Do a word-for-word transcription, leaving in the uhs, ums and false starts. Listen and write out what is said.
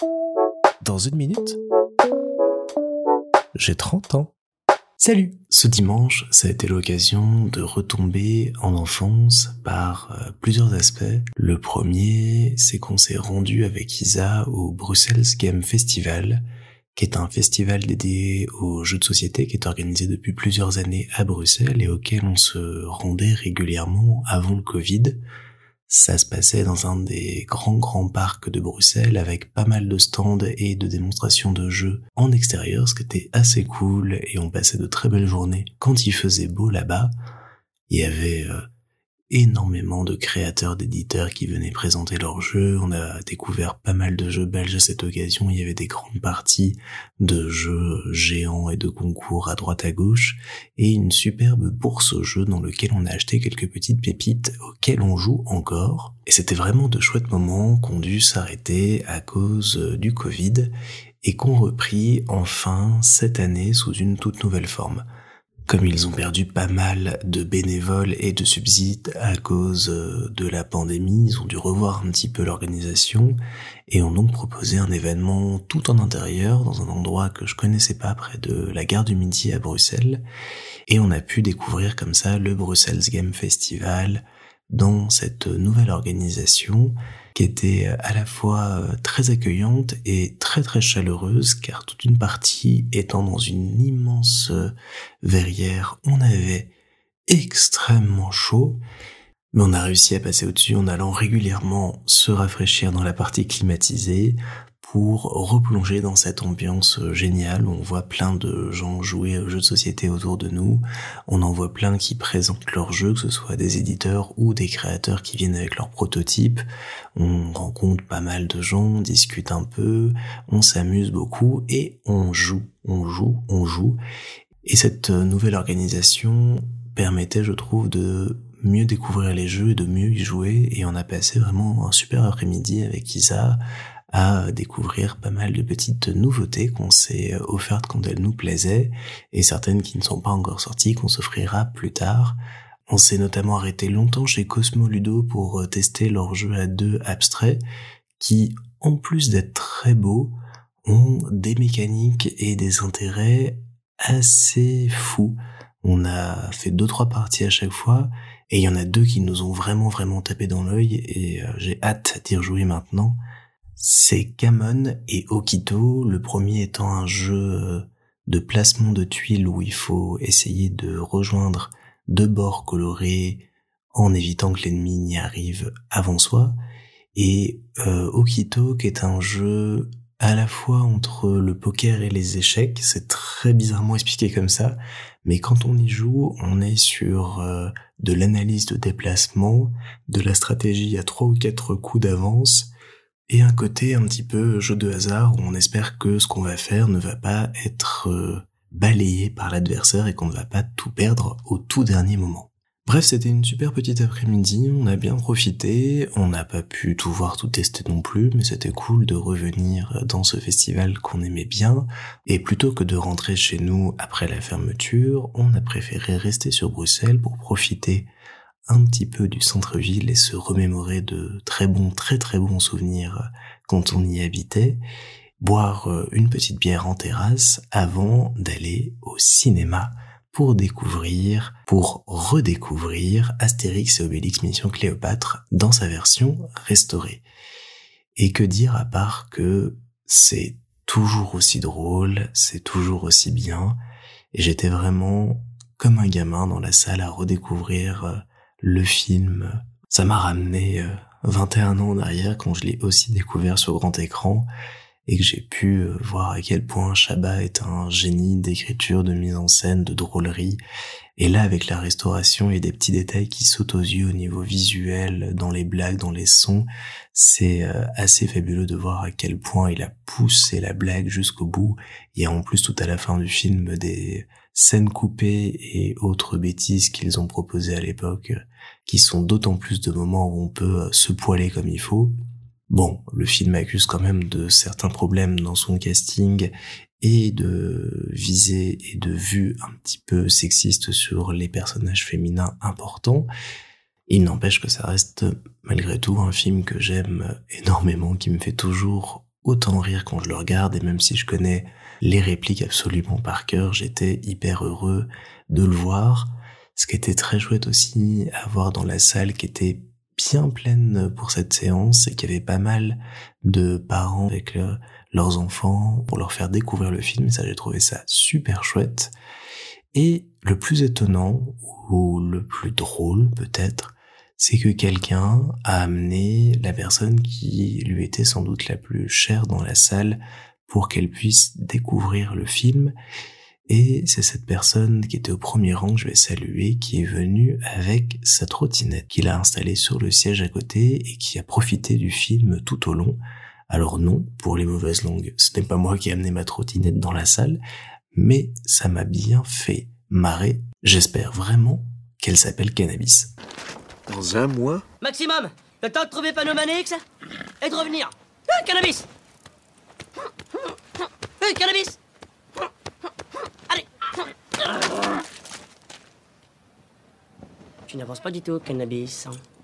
Dans une minute, j'ai trente ans. Salut! Ce dimanche, ça a été l'occasion de retomber en enfance par euh, plusieurs aspects. Le premier, c'est qu'on s'est rendu avec Isa au Brussels Game Festival, qui est un festival dédié aux jeux de société qui est organisé depuis plusieurs années à Bruxelles et auquel on se rendait régulièrement avant le Covid. Ça se passait dans un des grands grands parcs de Bruxelles avec pas mal de stands et de démonstrations de jeux en extérieur, ce qui était assez cool et on passait de très belles journées. Quand il faisait beau là-bas, il y avait euh, énormément de créateurs, d'éditeurs qui venaient présenter leurs jeux. On a découvert pas mal de jeux belges à cette occasion. Il y avait des grandes parties de jeux géants et de concours à droite à gauche et une superbe bourse aux jeux dans laquelle on a acheté quelques petites pépites auxquelles on joue encore. Et c'était vraiment de chouettes moments qu'on dû s'arrêter à cause du Covid et qu'on reprit enfin cette année sous une toute nouvelle forme. Comme ils ont perdu pas mal de bénévoles et de subsides à cause de la pandémie, ils ont dû revoir un petit peu l'organisation et ont donc proposé un événement tout en intérieur dans un endroit que je connaissais pas près de la gare du Midi à Bruxelles. Et on a pu découvrir comme ça le Brussels Game Festival dans cette nouvelle organisation qui était à la fois très accueillante et très très chaleureuse, car toute une partie étant dans une immense verrière, on avait extrêmement chaud, mais on a réussi à passer au-dessus en allant régulièrement se rafraîchir dans la partie climatisée pour replonger dans cette ambiance géniale où on voit plein de gens jouer aux jeux de société autour de nous. On en voit plein qui présentent leurs jeux, que ce soit des éditeurs ou des créateurs qui viennent avec leurs prototypes. On rencontre pas mal de gens, on discute un peu, on s'amuse beaucoup et on joue, on joue, on joue. Et cette nouvelle organisation permettait, je trouve, de mieux découvrir les jeux et de mieux y jouer. Et on a passé vraiment un super après-midi avec Isa à découvrir pas mal de petites nouveautés qu'on s'est offertes quand elles nous plaisaient et certaines qui ne sont pas encore sorties, qu'on s'offrira plus tard. On s'est notamment arrêté longtemps chez Cosmo Ludo pour tester leur jeu à deux abstrait qui, en plus d'être très beaux, ont des mécaniques et des intérêts assez fous. On a fait deux trois parties à chaque fois et il y en a deux qui nous ont vraiment vraiment tapé dans l'œil et j'ai hâte d'y rejouer maintenant. C'est Camon et Okito, le premier étant un jeu de placement de tuiles où il faut essayer de rejoindre deux bords colorés en évitant que l'ennemi n'y arrive avant soi, et euh, Okito qui est un jeu à la fois entre le poker et les échecs. C'est très bizarrement expliqué comme ça, mais quand on y joue, on est sur euh, de l'analyse de déplacement, de la stratégie à trois ou quatre coups d'avance, et un côté un petit peu jeu de hasard où on espère que ce qu'on va faire ne va pas être euh, balayé par l'adversaire et qu'on ne va pas tout perdre au tout dernier moment. Bref, c'était une super petite après-midi, on a bien profité, on n'a pas pu tout voir, tout tester non plus, mais c'était cool de revenir dans ce festival qu'on aimait bien, et plutôt que de rentrer chez nous après la fermeture, on a préféré rester sur Bruxelles pour profiter un petit peu du centre-ville et se remémorer de très bons, très très bons souvenirs quand on y habitait, boire une petite bière en terrasse avant d'aller au cinéma pour découvrir, pour redécouvrir Astérix et Obélix Mission Cléopâtre dans sa version restaurée. Et que dire à part que c'est toujours aussi drôle, c'est toujours aussi bien, et j'étais vraiment comme un gamin dans la salle à redécouvrir le film. Ça m'a ramené vingt et un ans en arrière quand je l'ai aussi découvert sur grand écran et que j'ai pu voir à quel point Chabat est un génie d'écriture, de mise en scène, de drôlerie. Et là, avec la restauration et des petits détails qui sautent aux yeux au niveau visuel, dans les blagues, dans les sons, c'est assez fabuleux de voir à quel point il a poussé la blague jusqu'au bout. Il y a en plus tout à la fin du film des scènes coupées et autres bêtises qu'ils ont proposées à l'époque, qui sont d'autant plus de moments où on peut se poiler comme il faut. Bon, le film accuse quand même de certains problèmes dans son casting et de visée et de vue un petit peu sexiste sur les personnages féminins importants. Il n'empêche que ça reste malgré tout un film que j'aime énormément, qui me fait toujours autant rire quand je le regarde, et même si je connais les répliques absolument par cœur, j'étais hyper heureux de le voir. Ce qui était très chouette aussi à voir dans la salle, qui était bien pleine pour cette séance, c'est qu'il y avait pas mal de parents avec le, leurs enfants pour leur faire découvrir le film, et ça, j'ai trouvé ça super chouette. Et le plus étonnant, ou le plus drôle peut-être, c'est que quelqu'un a amené la personne qui lui était sans doute la plus chère dans la salle pour qu'elle puisse découvrir le film. Et c'est cette personne qui était au premier rang que je vais saluer, qui est venue avec sa trottinette, qu'il a installée sur le siège à côté et qui a profité du film tout au long. Alors non, pour les mauvaises langues, ce n'est pas moi qui ai amené ma trottinette dans la salle, mais ça m'a bien fait marrer. J'espère vraiment qu'elle s'appelle Cannabis. Dans un mois ? Maximum, le temps de trouver Panomanix et de revenir. Ah, Cannabis. Hey, Cannabis. Allez. Tu n'avances pas du tout, Cannabis.